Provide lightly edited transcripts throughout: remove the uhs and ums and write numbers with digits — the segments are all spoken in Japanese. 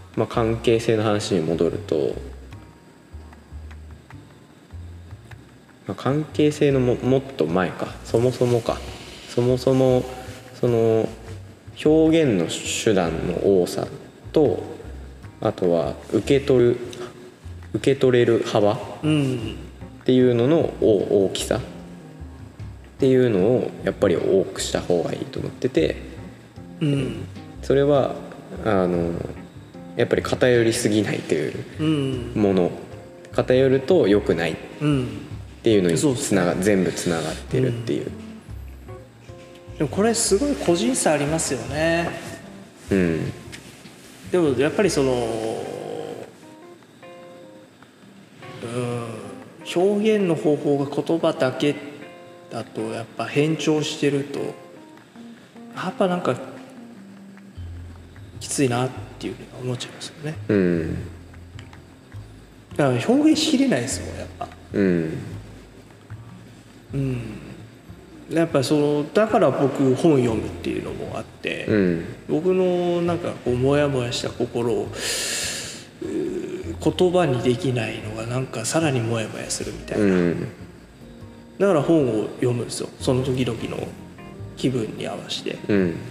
関係性の話に戻ると、関係性の もっと前か、そもそもその表現の手段の多さと、あとは受け取れる幅っていうのの大きさっていうのをやっぱり多くした方がいいと思ってて、それはやっぱり偏りすぎないというもの、偏ると良くないっていうのに全部つながってるっていう。 でもこれすごい個人差ありますよね。でもやっぱりその表現の方法が言葉だけだとやっぱ変調してるとやっぱなんかきついなっていうふうに思っちゃいますよね。だから表現しきれないですもんやっぱ。やっぱだから僕本読むっていうのもあって、僕のなんかこうモヤモヤした心を言葉にできないのがなんかさらにモヤモヤするみたいな、だから本を読むんですよ、その時々の気分に合わせて、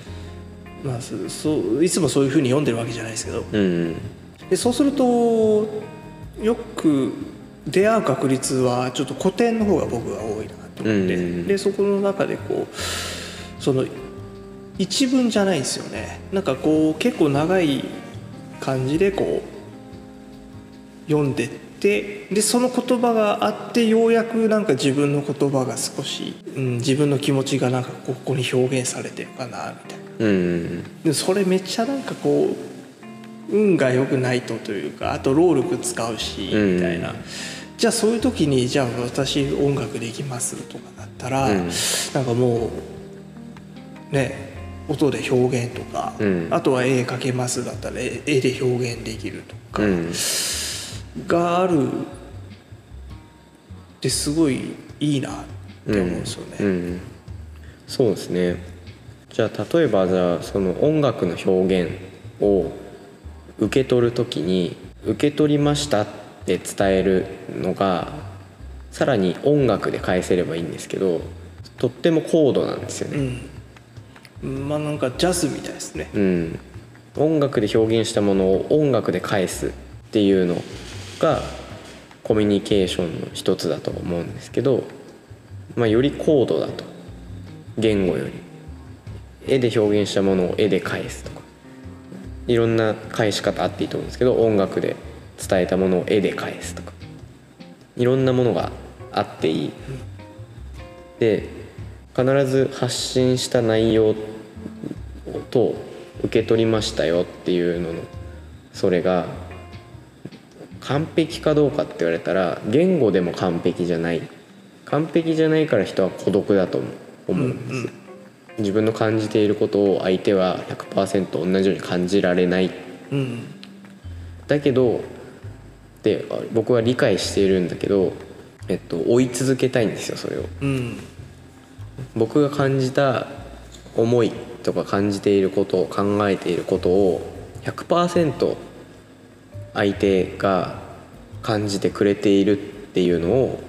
いつもそういう風に読んでるわけじゃないですけど、でそうするとよく出会う確率はちょっと古典の方が僕は多いなと思って、でそこの中でこうその一文じゃないんですよね。なんかこう結構長い感じでこう読んでって、でその言葉があってようやくなんか自分の言葉が少し、自分の気持ちがなんかここに表現されてるかなみたいな、でそれめっちゃなんかこう運が良くないというか、あと労力使うしみたいな、じゃあそういう時にじゃあ私音楽できますとかだったら、なんかもうね音で表現とか、あとは絵描けますだったら絵で表現できるとか、があるってすごいいいなって思うんですよね。 そうですね。じゃあ例えばその音楽の表現を受け取るときに受け取りましたって伝えるのがさらに音楽で返せればいいんですけど、とっても高度なんですよね。 なんかジャズみたいですね。 音楽で表現したものを音楽で返すっていうのがコミュニケーションの一つだと思うんですけど、より高度だと、言語より絵で表現したものを絵で返すとか、いろんな返し方あっていいと思うんですけど、音楽で伝えたものを絵で返すとか、いろんなものがあっていい。で必ず発信した内容と受け取りましたよっていうののそれが完璧かどうかって言われたら、言語でも完璧じゃないから人は孤独だと思うんですよ。自分の感じていることを相手は 100% 同じように感じられない、だけどで僕は理解しているんだけど、追い続けたいんですよそれを。僕が感じた思いとか感じていることを考えていることを 100% 相手が感じてくれているっていうのを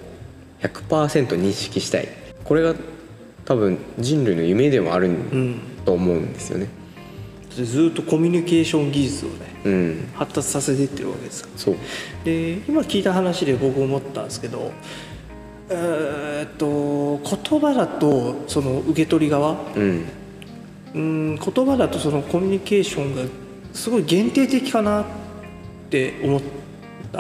100% 認識したい。これが多分人類の夢でもあると思うんですよね。 ずっとコミュニケーション技術をね、発達させていってるわけですから。 そうで今聞いた話で僕思ったんですけど、言葉だとその受け取り側、言葉だとそのコミュニケーションがすごい限定的かなって思った、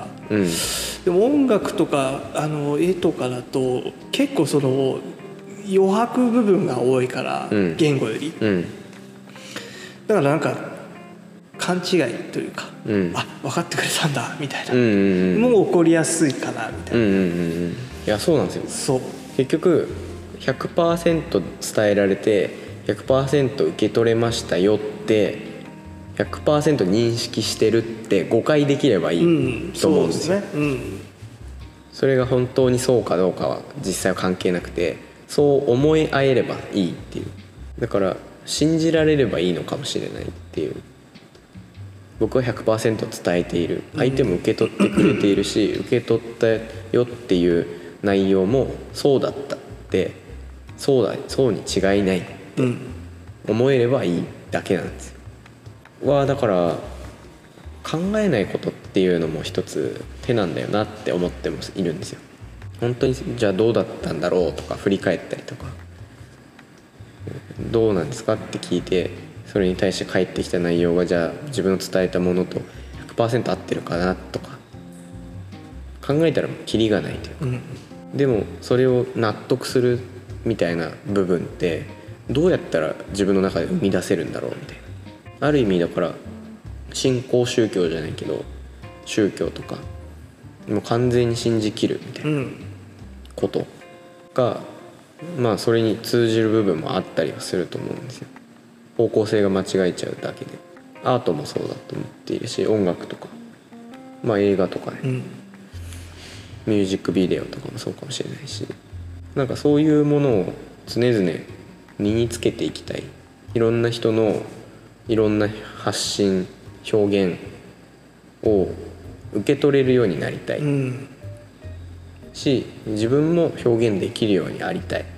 でも音楽とか絵とかだと結構その余白部分が多いから、言語より、だからなんか勘違いというか、あ分かってくれたんだみたいな、もう起こりやすいかなみたいな、 いやそうなんですよ。 そう結局 100% 伝えられて 100% 受け取れましたよって 100% 認識してるって誤解できればいいと思うんですよ。それが本当にそうかどうかは実際は関係なくて、そう思い合えればいいっていう。だから信じられればいいのかもしれないっていう。 僕は 100% 伝えている、相手も受け取ってくれているし、受け取ったよっていう内容もそうだったってそうに違いないって思えればいいだけなんですよ。だから考えないことっていうのも一つ手なんだよなって思ってもいるんですよ。本当にじゃあどうだったんだろうとか振り返ったりとか、どうなんですかって聞いて、それに対して返ってきた内容がじゃあ自分の伝えたものと 100% 合ってるかなとか考えたらキリがないというか、でもそれを納得するみたいな部分ってどうやったら自分の中で生み出せるんだろうみたいな、ある意味だから新興宗教じゃないけど宗教とかもう完全に信じきるみたいなことが、まあそれに通じる部分もあったりはすると思うんですよ。方向性が間違えちゃうだけで。アートもそうだと思っているし、音楽とか、まあ映画とかね、ミュージックビデオとかもそうかもしれないし、なんかそういうものを常々身につけていきたい。いろんな人のいろんな発信表現を受け取れるようになりたい、し自分も表現できるようにありたい、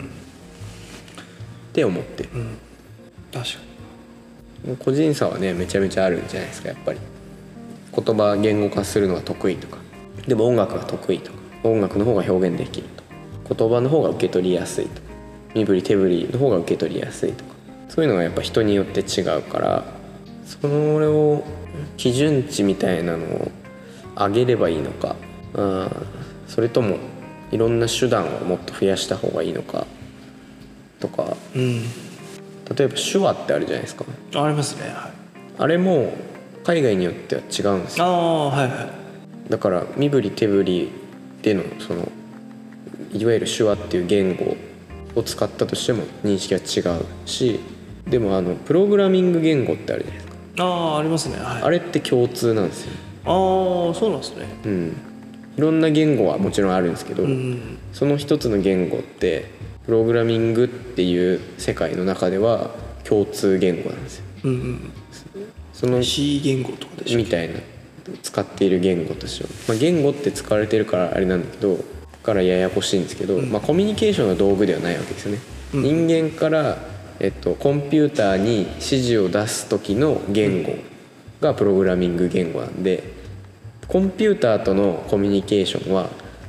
って思ってる、 確かに個人差はねめちゃめちゃあるんじゃないですか。やっぱり言葉言語化するのが得意とか、でも音楽が得意とか、音楽の方が表現できると、言葉の方が受け取りやすいとか、身振り手振りの方が受け取りやすいとか、そういうのがやっぱ人によって違うから、それを基準値みたいなのを上げればいいのか、それともいろんな手段をもっと増やした方がいいのかとか、例えば手話ってあるじゃないですか。 ありますね、はい、 あれも海外によっては違うんですよ。だから身振り手振りでのそのいわゆる手話っていう言語を使ったとしても認識は違うし、でもプログラミング言語ってあるじゃないですか。 ありますね、はい、 あれって共通なんですよ。 そうなんですね。 いろんな言語はもちろんあるんですけど、その一つの言語ってプログラミングっていう世界の中では共通言語なんですよ。その C 言語とかでしょみたいな使っている言語としては、言語って使われてるからあれなんだけど、からややこしいんですけど、コミュニケーションの道具ではないわけですよね。人間から、コンピューターに指示を出す時の言語がプログラミング言語なんで、コンピューターとのコミュニケーションは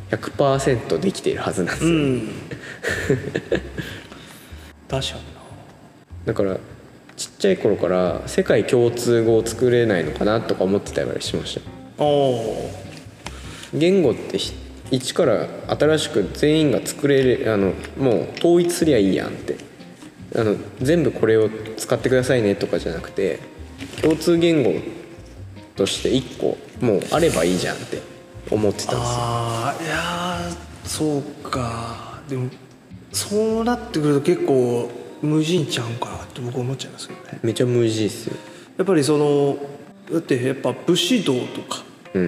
100% できているはずなんですよ、 確かにな。 だからちっちゃい頃から世界共通語を作れないのかなとか思ってたりしました。言語って一から新しく全員が作れる、もう統一すりゃいいやんって、全部これを使ってくださいねとかじゃなくて、共通言語として1個もうあればいいじゃんって思ってたんですよ。 いやそうか。でもそうなってくると結構無人ちゃうんかなって僕思っちゃいますけどね。 めちゃ無事っすよ。 やっぱりだってやっぱ武士道とか、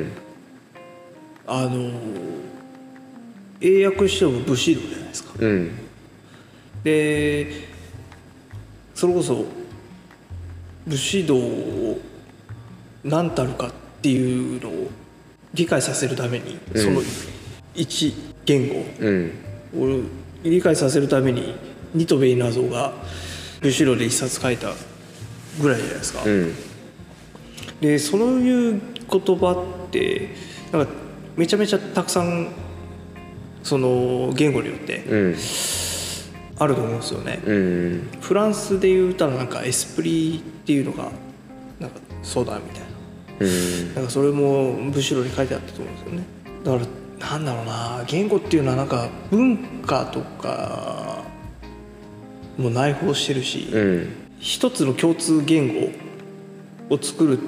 英訳しても武士道じゃないですか。でそれこそ武士道を何たるかっていうのを理解させるために、その一言語を理解させるために新渡戸稲造が武士道で一冊書いたぐらいじゃないですか。でそういう言葉ってなんかめちゃめちゃたくさんその言語によってあると思うんですよね。フランスで言うたらなんかエスプリっていうのがなんかそうだみたいな、なんかそれも武士道に書いてあったと思うんですよね。だからなんだろうな、言語っていうのはなんか文化とかも内包してるし、一つの共通言語を作る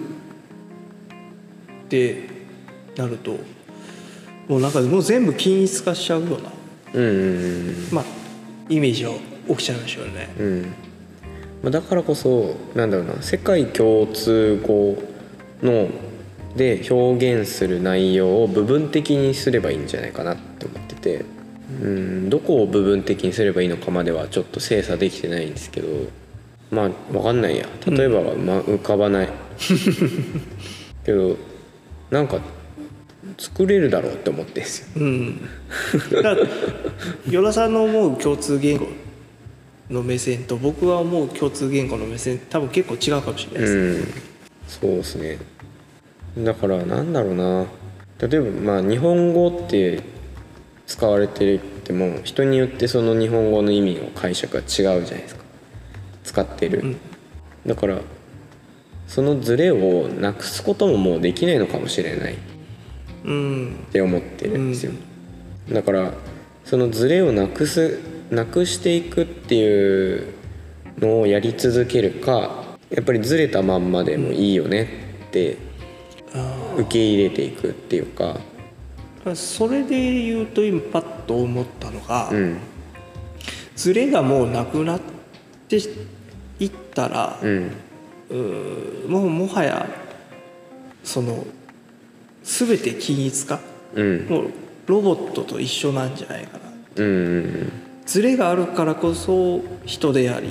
ってなるともうなんかもう全部均一化しちゃうような、イメージは起きちゃいましたよね。 だからこそなんだろうな、世界共通語ので表現する内容を部分的にすればいいんじゃないかなって思ってて、どこを部分的にすればいいのかまではちょっと精査できてないんですけど、 まあ分かんないや、例えばは浮かばないけどなんか作れるだろうって思ってんですよ。 だから与田さんの思う共通言語の目線と僕は思う共通言語の目線多分結構違うかもしれないですね。 そうですね。だからなんだろうな、例えば日本語って使われてても人によってその日本語の意味の解釈が違うじゃないですか、使ってる、だからそのズレをなくすことももうできないのかもしれないって思ってるんですよ。だからそのズレをなくしていくっていうのをやり続けるか、やっぱりずれたまんまでもいいよねって受け入れていくっていうか。 それで言うと今パッと思ったのが、ズレがもうなくなっていったら、もはやその全て均一化、もうロボットと一緒なんじゃないかな、ズレがあるからこそ人であり、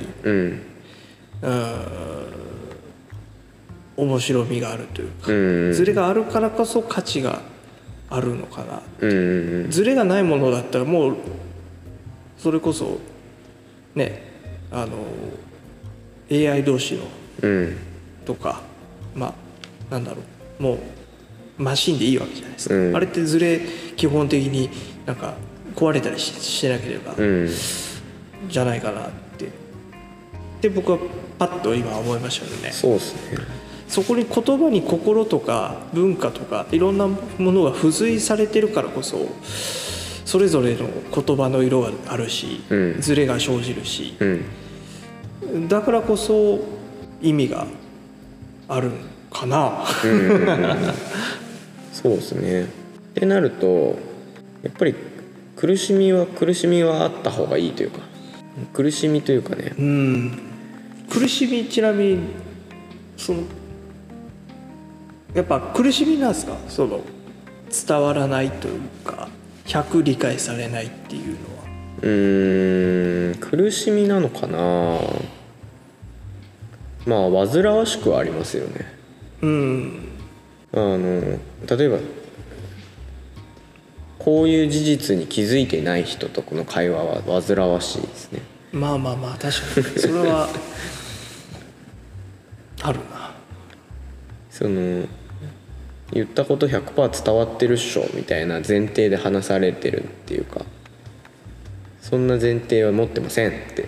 面白みがあるというか、ズレがあるからこそ価値があるのかな、ズレがないものだったらもうそれこそねAI 同士の、とかなんだろう、もうマシンでいいわけじゃないですか、あれってズレ基本的になんか壊れたりしてなければ、じゃないかなって僕はパッと今思いましたよね。 そうですね。 そこに言葉に心とか文化とかいろんなものが付随されてるからこそ、それぞれの言葉の色があるし、ズレが生じるし、だからこそ意味があるかな。 そうですね。ってなるとやっぱり苦しみはあった方がいいというか、苦しみというかね、 苦しみ、ちなみにやっぱ苦しみなんですか、その伝わらないというか100理解されないっていうのは。苦しみなのかな。煩わしくはありますよね。例えばこういう事実に気づいてない人とこの会話は煩わしいですね。 確かにそれはあるな。 言ったこと 100% 伝わってるっしょみたいな前提で話されてるっていうか、そんな前提は持ってませんって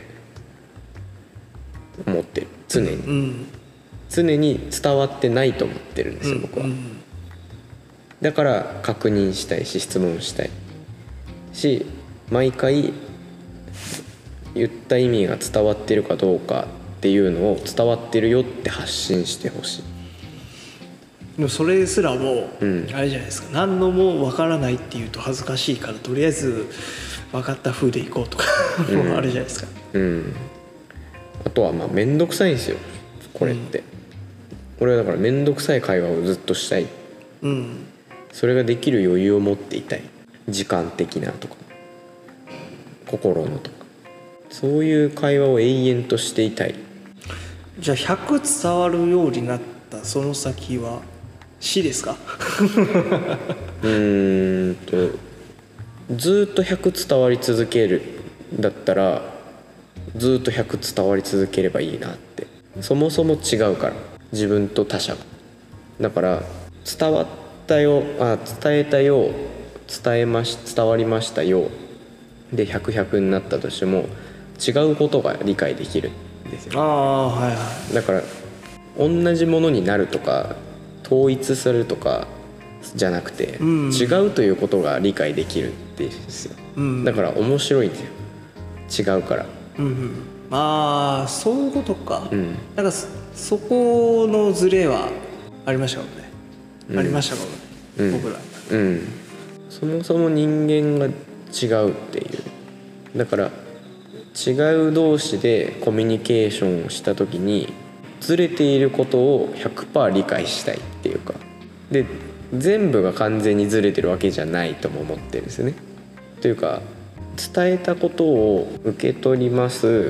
思ってる。常に伝わってないと思ってるんですよ、僕は。だから確認したいし質問したいし、毎回言った意味が伝わってるかどうかっていうのを伝わってるよって発信してほしい。 でもそれすらもあれじゃないですか、何のも分からないっていうと恥ずかしいからとりあえず分かった風でいこうとかあるじゃないですか。 あとは面倒くさいんですよこれって、俺はだから面倒くさい会話をずっとしたい、それができる余裕を持っていたい。時間的なとか心のとか、そういう会話を永遠としていたい。 じゃあ100伝わるようになったその先は死ですか？ ずっと100伝わり続けるだったらずっと100伝わり続ければいいなって。そもそも違うから自分と他者が。だから伝わったよ、伝えたよ、伝わりましたよで100になったとしても違うことが理解できるんですよ。だから同じものになるとか統一するとかじゃなくて、違うということが理解できるっていうんですよ、だから面白いんですよ、違うから。 そういうことか。なんかそこのズレはありましたもんね、ありましたもんね、僕ら。 そもそも人間が違うっていう。だから違う同士でコミュニケーションをした時にずれていることを 100% 理解したいっていうか、で全部が完全にずれてるわけじゃないとも思ってるんですよね。というか伝えたことを受け取ります、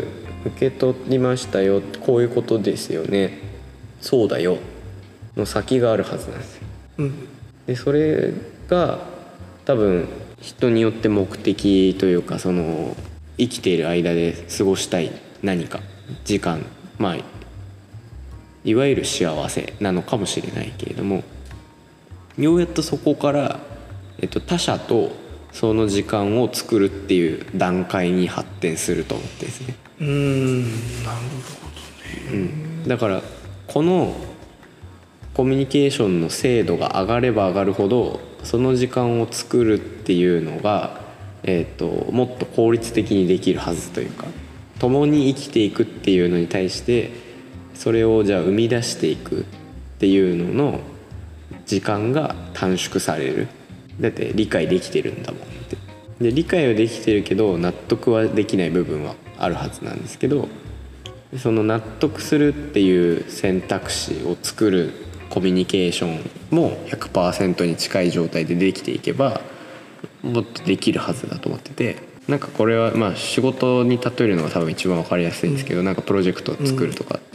受け取りましたよ、こういうことですよね、そうだよの先があるはずなんですよ。でそれが多分人によって目的というか、その生きている間で過ごしたい何か時間、まあいわゆる幸せなのかもしれないけれども、ようやっとそこから、他者とその時間を作るっていう段階に発展すると思ってですね。 なるほどね。 だからこのコミュニケーションの精度が上がれば上がるほど、その時間を作るっていうのが、もっと効率的にできるはずというか、共に生きていくっていうのに対してそれをじゃあ生み出していくっていうのの時間が短縮される。だって理解できてるんだもんって。で理解はできてるけど納得はできない部分はあるはずなんですけど、その納得するっていう選択肢を作るコミュニケーションも 100% に近い状態でできていけばもっとできるはずだと思ってて、なんかこれはまあ仕事に例えるのが多分一番分かりやすいんですけど、なんかプロジェクトを作るとかって、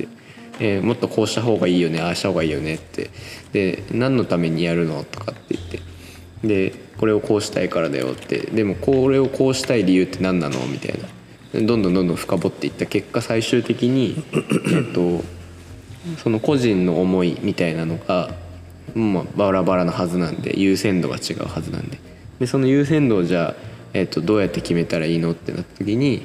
もっとこうした方がいいよね、ああした方がいいよねって、で何のためにやるのとかって言って、でこれをこうしたいからだよって、でもこれをこうしたい理由って何なのみたいな、どんどん深掘っていった結果、最終的にその個人の思いみたいなのが、まあ、バラバラなはずなんで、優先度が違うはずなんで、でその優先度をじゃあ、どうやって決めたらいいのってなった時に、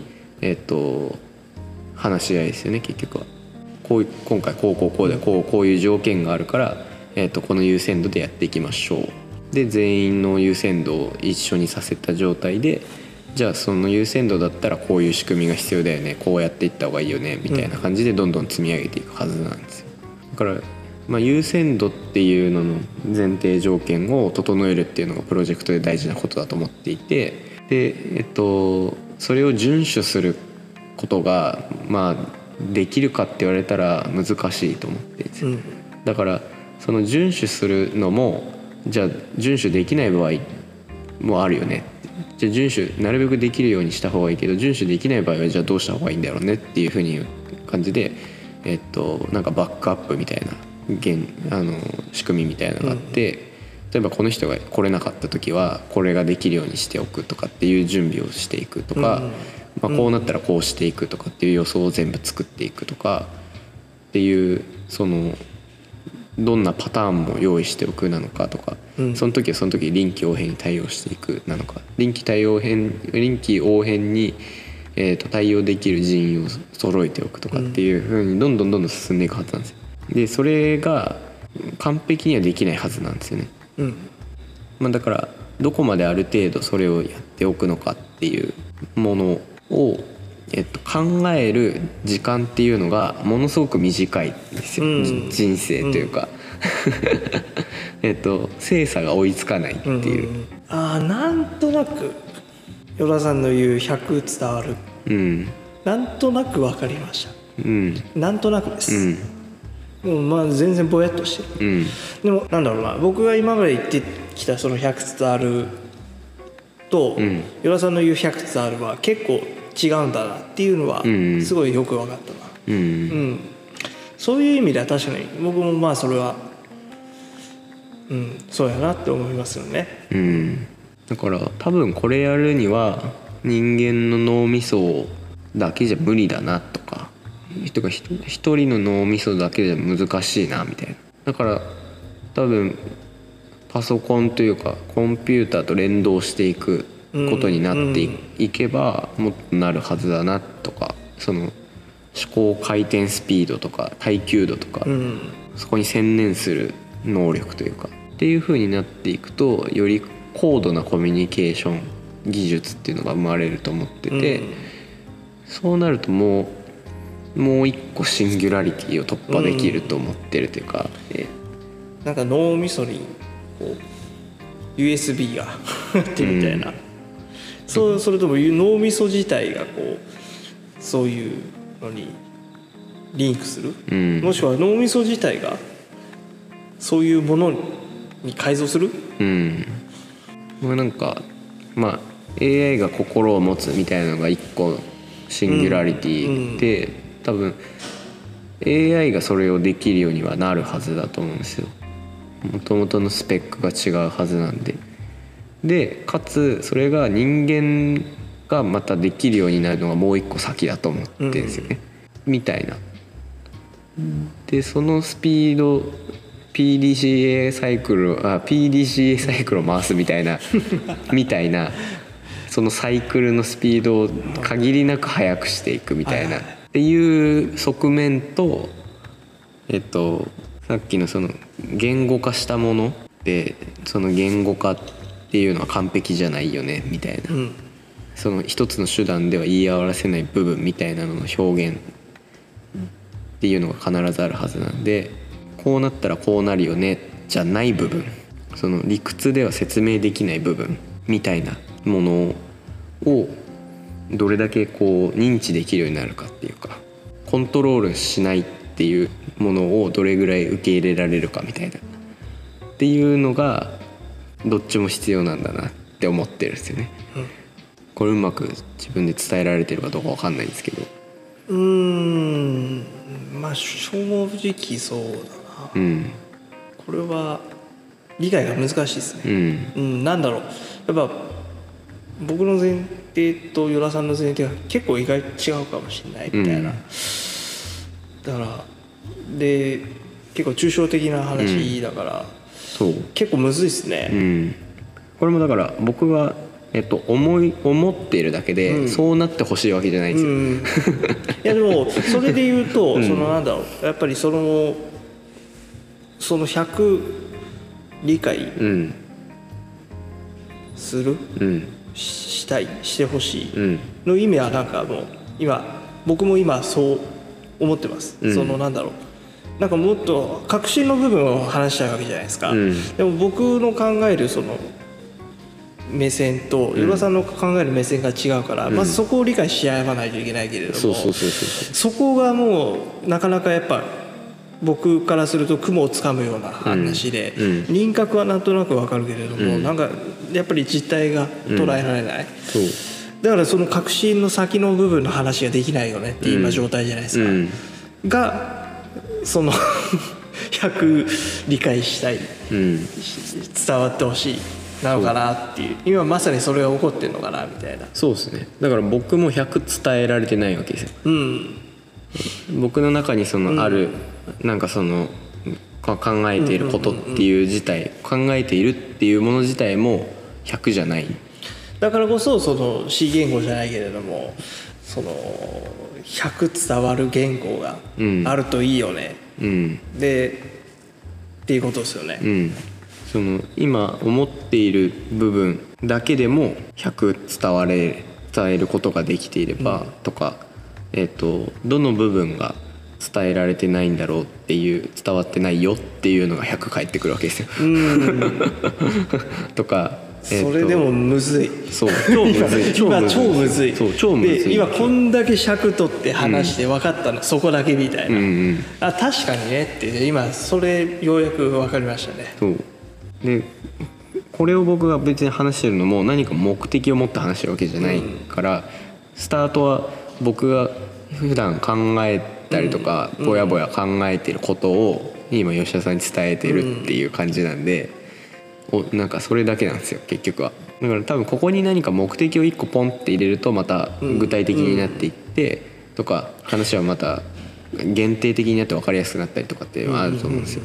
話し合いですよね。結局は今回こうでこういう条件があるから、この優先度でやっていきましょう。で全員の優先度を一緒にさせた状態で、じゃあその優先度だったらこういう仕組みが必要だよね、こうやっていった方がいいよねみたいな感じでどんどん積み上げていくはずなんですよ。だから、まあ、優先度っていうのの前提条件を整えるっていうのがプロジェクトで大事なことだと思っていて、で、それを遵守することが、まあ、できるかって言われたら難しいと思っているんですよ。だからその遵守するのも、じゃあ遵守できない場合もあるよね、じゃあ遵守なるべくできるようにした方がいいけど、遵守できない場合はじゃあどうした方がいいんだろうねっていう風に感じで、なんかバックアップみたいな仕組みみたいなのがあって、例えばこの人が来れなかった時はこれができるようにしておくとかっていう準備をしていくとか、まあ、こうなったらこうしていくとかっていう予想を全部作っていくとかっていう、そのどんなパターンも用意しておくなのかとか、その時はその時臨機応変に対応していくなのか、臨機応変に、対応できる人員を揃えておくとかっていう風にどんどん進んでいくはずなんですよ。でそれが完璧にはできないはずなんですよね。まあ、だからどこまである程度それをやっておくのかっていうものを、考える時間っていうのがものすごく短いんですよ、人生というか精査が追いつかないっていう、 なんとなく与田さんの言う100伝わる、なんとなく分かりました、なんとなくです、もうまあ全然ぼやっとしてる、でもなんだろうな、僕が今まで言ってきたその100伝わると、与田さんの言う100伝わるは結構違うんだなっていうのはすごいよく分かったな、そういう意味では確かに僕もまあそれは、そうやなって思いますよね。 だから多分これやるには人間の脳みそだけじゃ無理だなとか、一人の脳みそだけじゃ難しいなみたいな。だから多分パソコンというかコンピューターと連動していくことになっていけばもっとなるはずだなとか、その思考回転スピードとか耐久度とか、そこに専念する能力というかっていう風になっていくと、より高度なコミュニケーション技術っていうのが生まれると思ってて、そうなるともう一個シンギュラリティを突破できると思ってるというか、 なんか脳みそにこう USB があってみたいな、それとも脳みそ自体がこうそういうのにリンクする、もしくは脳みそ自体がそういうものに改造する、 なんかまあ AI が心を持つみたいなのが一個シンギュラリティで、多分 AI がそれをできるようにはなるはずだと思うんですよ。もともとのスペックが違うはずなんで。でかつそれが人間がまたできるようになるのがもう一個先だと思ってるんですよね、みたいな。でそのスピード PDCA サイクルを回すみたいなみたいな、そのサイクルのスピードを限りなく速くしていくみたいなっていう側面と、さっきのその言語化したもので、その言語化っていうのは完璧じゃないよねみたいな、その一つの手段では言い表せない部分みたいなのの表現っていうのが必ずあるはずなんで、こうなったらこうなるよねじゃない部分、その理屈では説明できない部分みたいなものをどれだけこう認知できるようになるかっていうか、コントロールしないっていうものをどれぐらい受け入れられるかみたいなっていうのがどっちも必要なんだなって思ってるんですよね、これうまく自分で伝えられてるかどうか分かんないんですけど、 まあ正直そうだな、これは理解が難しいですね、なんだろう、やっぱ僕の前提と与良さんの前提が結構意外と違うかもしれないみたいな、だからで結構抽象的な話だから、 そう結構むずいですね、 これもだから僕が思っているだけで、そうなってほしいわけじゃないんですよ、 いやでもそれで言うと、そのなんだろう、やっぱりその100理解する、してほしいの意味はなんかもう僕も今そう思ってます、そのなんだろう、なんかもっと核心の部分を話したいわけじゃないですか、でも僕の考えるその目線と与良さんの考える目線が違うから、まずそこを理解し合わないといけないけれども、そこがもうなかなかやっぱ僕からすると雲をつかむような話で、輪郭はなんとなくわかるけれども、なんかやっぱり実態が捉えられない、だからその核心の先の部分の話ができないよねっていう今状態じゃないですか、がその100理解したい、伝わってほしいなのかなっていう、今まさにそれが起こってるのかなみたいな。 そうですね、だから僕も100伝えられてないわけですよ、僕の中にそのある、なんかその考えていることっていう自体、考えているっていうもの自体も100じゃない。 だからこそその C 言語じゃないけれども、その100伝わる言語があるといいよね、でっていうことですよね、 その今思っている部分だけでも100伝えることができていれば、とか、どの部分が伝えられてないんだろうっていう、伝わってないよっていうのが100返ってくるわけですよとか、 それでもむずい、 そう超むずい今超むずい、 そう超むずいで今こんだけ尺取って話して分かったの、そこだけみたいな、あ確かにねって今それようやく分かりましたね。 そうでこれを僕が別に話してるのも何か目的を持って話してるわけじゃないから、スタートは僕が普段考えたりとかぼやぼや考えてることを今吉田さんに伝えてるっていう感じなんで、なんかそれだけなんですよ結局は。だから多分ここに何か目的を1個ポンって入れるとまた具体的になっていってとか、話はまた限定的になって分かりやすくなったりとかっていうのはあると思うんですよ。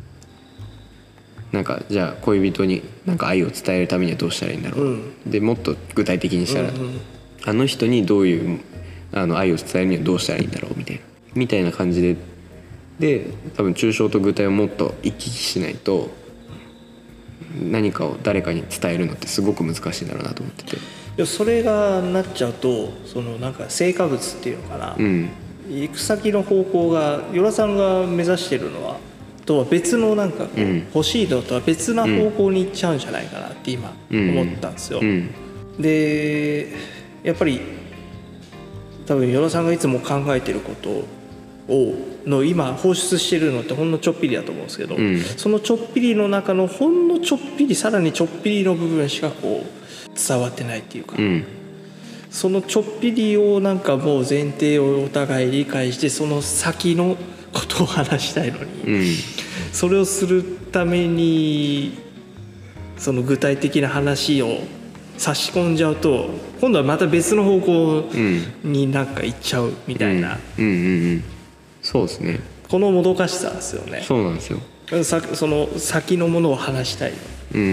なんかじゃあ恋人になんか愛を伝えるためにはどうしたらいいんだろう、でもっと具体的にしたら、あの人にどういう愛を伝えるにはどうしたらいいんだろうみたいな感じで多分抽象と具体をもっと行き来しないと何かを誰かに伝えるのってすごく難しいんだろうなと思ってて、 でもそれがなっちゃうとそのなんか成果物っていうのかな、行く先の方向が与良さんが目指してるのはとは別のなんかこう、欲しいのとは別な方向に行っちゃうんじゃないかなって今思ったんですよ、でやっぱり多分与良さんがいつも考えてることの今放出してるのってほんのちょっぴりだと思うんですけど、そのちょっぴりの中のほんのちょっぴりさらにちょっぴりの部分しかこう伝わってないっていうか、 そのちょっぴりをなんかもう前提をお互い理解してその先のことを話したいのに、それをするためにその具体的な話を差し込んじゃうと今度はまた別の方向になんか行っちゃうみたいな、 そうですね、 このもどかしさですよね。 そうなんですよ。 その先のものを話したい。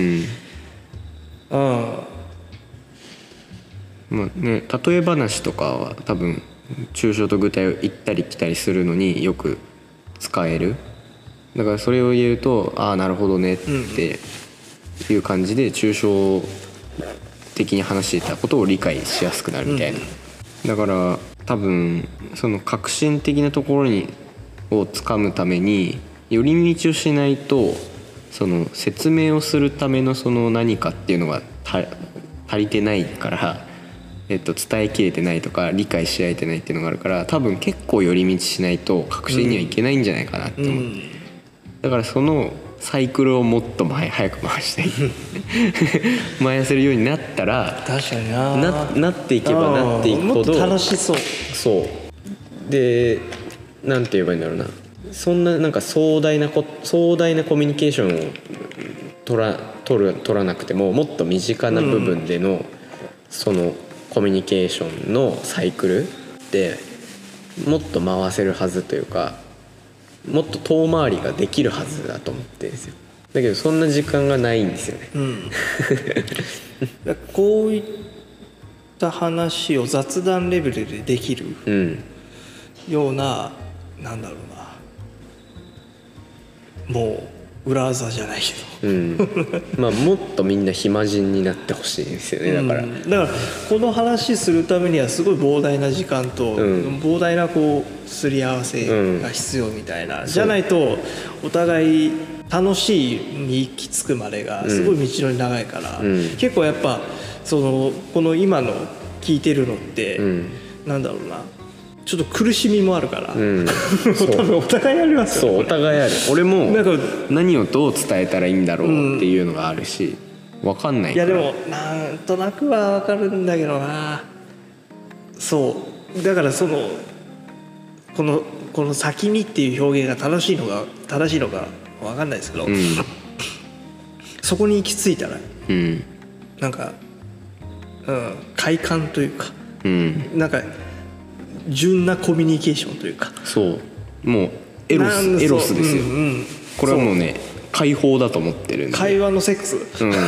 まあね、例え話とかは多分抽象と具体を行ったり来たりするのによく使える。だからそれを言うとああなるほどねっていう感じで抽象的に話していたことを理解しやすくなるみたいな、だから多分その革新的なところをつかむために寄り道をしないとその説明をするためのその何かっていうのが足りてないから、伝えきれてないとか理解し合えてないっていうのがあるから、多分結構寄り道しないと革新にはいけないんじゃないかなって思って、だからそのサイクルをもっと早く回したい回せるようになったら確かになっていけばなっていくほどもっと楽しそう。 そうで、なんて言えばいいんだろうな、そんななんか壮大なコミュニケーションを取らなくても、もっと身近な部分でのそのコミュニケーションのサイクルでもっと回せるはずというか、もっと遠回りができるはずだと思ってるんですよ。だけどそんな時間がないんですよね、 こういった話を雑談レベルでできるような、なんだろうな、もう裏技じゃないけど、 まあもっとみんな暇人になってほしいんですよね。だからこの話するためにはすごい膨大な時間と、膨大なこうすり合わせが必要みたいな、じゃないとお互い楽しいに行き着くまでがすごい道のり長いから、結構やっぱこの今の聞いてるのって、なんだろうな、ちょっと苦しみもあるから、多分お互いありますよ。 そう、お互いある。俺も何をどう伝えたらいいんだろうっていうのがあるし、分かんないから。 いやでもなんとなくは分かるんだけどな。そうだからこの先にっていう表現が正しいのか分かんないですけど、そこに行き着いたら、なんか、快感というか、なんか純なコミュニケーションというか、 そうもうエロスですよ、これはもうね解放だと思ってるんで、 会話のセックス、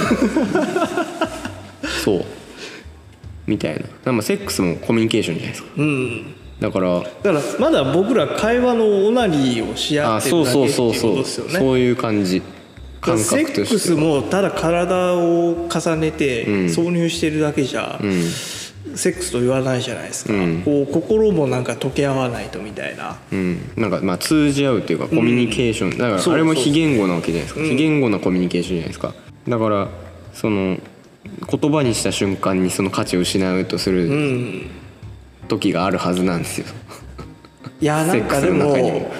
そうみたいな、まあセックスもコミュニケーションじゃないですか、だからまだ僕ら会話のオナニーをし合ってるだけっていうことですよね。 そういう感じ、感覚としては。 セックスもただ体を重ねて挿入してるだけじゃ、セックスと言わないじゃないですか、こう心もなんか溶け合わないとみたいな、 なんかまあ通じ合うというかコミュニケーション、だからあれも非言語なわけじゃないですか、非言語なコミュニケーションじゃないですか。だからその言葉にした瞬間にその価値を失うとする時があるはずなんですよ。 いやなんかでも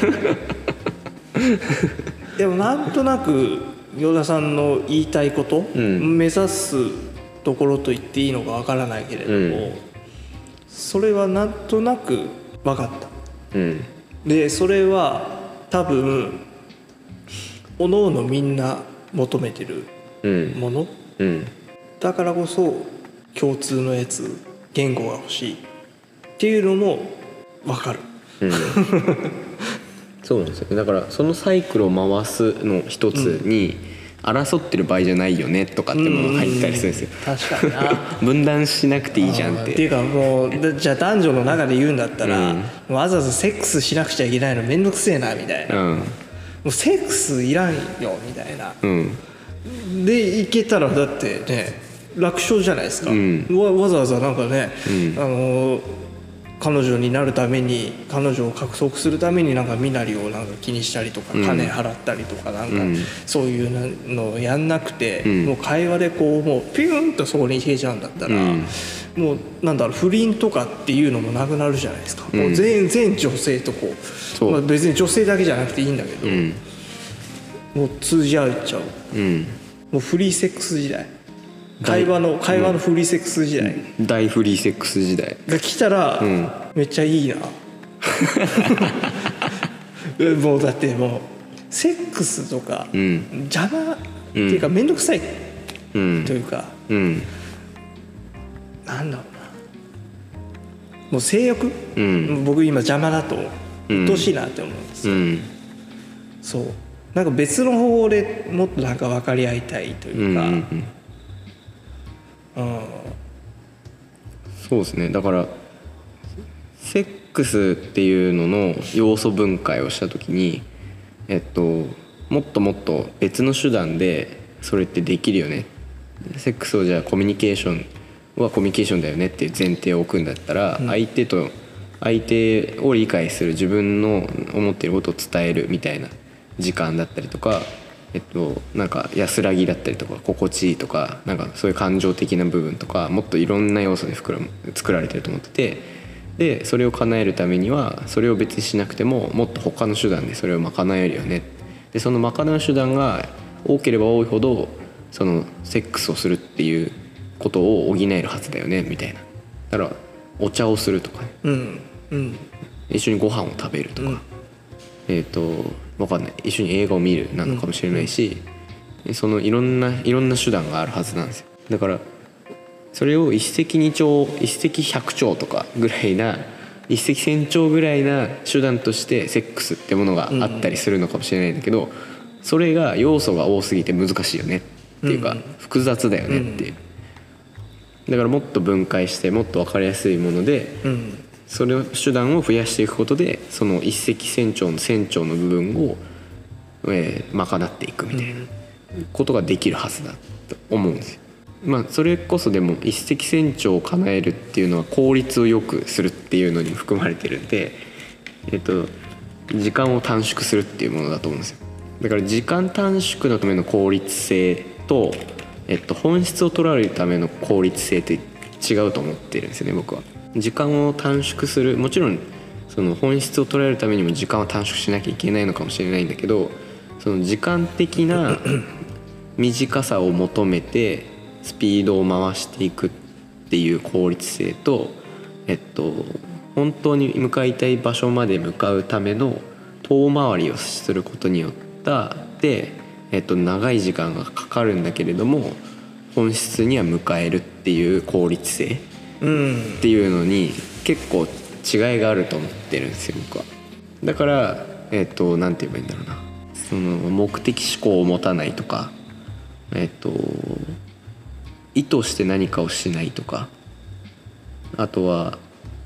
でもなんとなく与田さんの言いたいこと、目指すところと言っていいのかわからないけれども、それはなんとなく分かった、でそれは多分おのおのみんな求めてるもの、だからこそ共通のやつ、言語が欲しいっていうのも分かる、 そうなんですよ。だからそのサイクルを回すの一つに争ってる場合じゃないよねとかってものが入ったりするんですよ。 確かにな分断しなくていいじゃんって。 っていうかもうじゃあ男女の中で言うんだったら、わざわざセックスしなくちゃいけないのめんどくせえなみたいな、もうセックスいらんよみたいな、でいけたらだってね楽勝じゃないですか、わざわざなんかね、彼女になるために彼女を獲得するためになんか身なりをなんか気にしたりとか、金払ったりとかなんか、そういうのをやんなくて、もう会話でこうもうピューンとそこに消えちゃうんだったら、もうなんだろう、不倫とかっていうのもなくなるじゃないですか、もう全女性とこう、まあ、別に女性だけじゃなくていいんだけど、もう通じ合っちゃう、もうフリーセックス時代会話のフリーセックス時代、 大フリーセックス時代が来たら、めっちゃいいなもうだってもうセックスとか邪魔っていうか面倒くさいというか、なんだろうな、もう性欲、僕今邪魔だと鬱陶しいなって思うんですよ、そうなんか別の方法でもっとなんか分かり合いたいというか、 そうですね。だからセックスっていうのの要素分解をした時に、もっともっと別の手段でそれってできるよね、セックスをじゃあコミュニケーションはコミュニケーションだよねっていう前提を置くんだったら、相手を理解する、自分の思っていることを伝えるみたいな時間だったりとか、なんか安らぎだったりとか心地いいとか、なんかそういう感情的な部分とか、もっといろんな要素で作られてると思ってて、でそれを叶えるためにはそれを別にしなくてももっと他の手段でそれを賄えるよね。でその賄う手段が多ければ多いほどそのセックスをするっていうことを補えるはずだよねみたいな。だからお茶をするとかね、一緒にご飯を食べるとか、分かんない、一緒に映画を見るなのかもしれないし、そのいろんな手段があるはずなんですよ。だからそれを一石二鳥一石百鳥とかぐらいな、一石千鳥ぐらいな手段としてセックスってものがあったりするのかもしれないんだけど、それが要素が多すぎて難しいよねっていうか、複雑だよねっていう。だからもっと分解してもっと分かりやすいもので、それを手段を増やしていくことでその一石千鳥の船長の部分を、賄っていくみたいなことができるはずだと思うんですよ。それこそでも一石千鳥を叶えるっていうのは効率を良くするっていうのに含まれてるんで、時間を短縮するっていうものだと思うんですよ。だから時間短縮のための効率性と、本質を捉えるための効率性って違うと思ってるんですよね、僕は。時間を短縮する、もちろんその本質を捉えるためにも時間を短縮しなきゃいけないのかもしれないんだけど、その時間的な短さを求めてスピードを回していくっていう効率性と、本当に向かいたい場所まで向かうための遠回りをすることによって長い時間がかかるんだけれども本質には向かえるっていう効率性っていうのに結構違いがあると思ってるんですよ、僕は。だからなんて言えばいいんだろうな、その目的思考を持たないとか、意図して何かをしないとか、あとは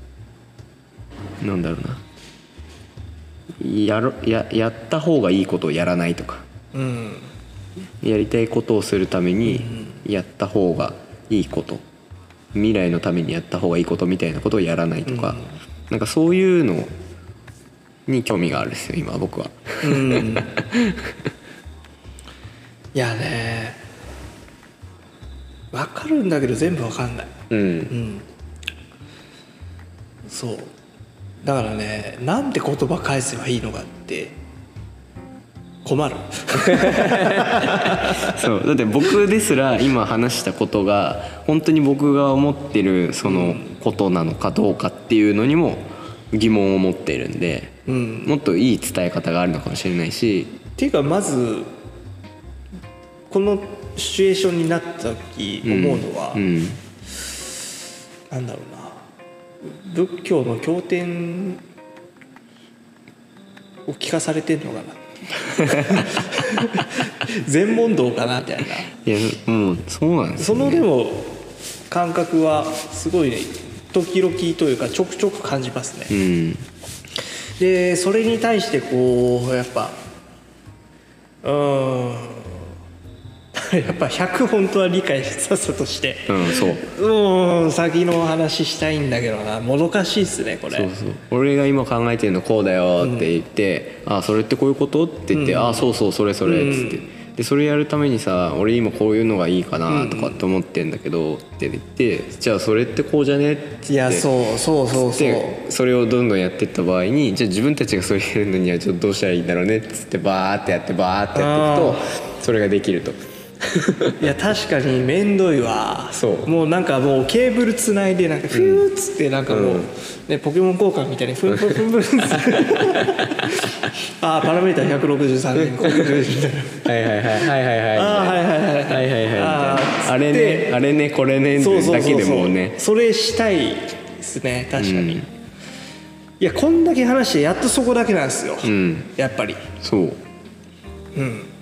なんだろうな、やった方がいいことをやらないとか、やりたいことをするためにやった方がいいこと、未来のためにやった方がいいことみたいなことをやらないとか、なんかそういうのに興味があるんですよ今僕は。 いやね、分かるんだけど全部分かんない。そうだからね、なんて言葉返せばいいのかって困る。 そうだって僕ですら今話したことが本当に僕が思ってるそのことなのかどうかっていうのにも疑問を持っているんで、もっといい伝え方があるのかもしれないし、 っていうかまずこのシチュエーションになった時思うのは、なんだろうな、仏教の経典を聞かされてんのかな禅問答かなみたいな。 いやもうそうなんですよね。 そのでも感覚はすごいね、時々というかちょくちょく感じますね。でそれに対してこうやっぱやっぱ100本当は理解させとして、そう先の話したいんだけどな、もどかしいっすねこれ。 そう俺が今考えてるのこうだよって言って、あそれってこういうことって言って、あそうそうそれそれっつって、でそれやるためにさ俺今こういうのがいいかなとかって思ってんだけどって言って、じゃあそれってこうじゃねって言って、 いやそうそれをどんどんやっていった場合に、じゃあ自分たちがそれやるのにはちょっとどうしたらいいんだろうねっつってバーってやっていくとそれができると。 いや確かにめんどいわ。 そうもうなんかもうケーブルつないでなんかフューッつってなんかもう、ね、ポケモン交換みたいにフンフンフンフンああパラメータ163人みたいなはいはいはいはいはいはいああはいはいはいはいはいはいあれねあれねこれねそうそうそうそうだけでもうねそれしたいですね確かに、いやこんだけ話してやっとそこだけなんですよ、やっぱりそううん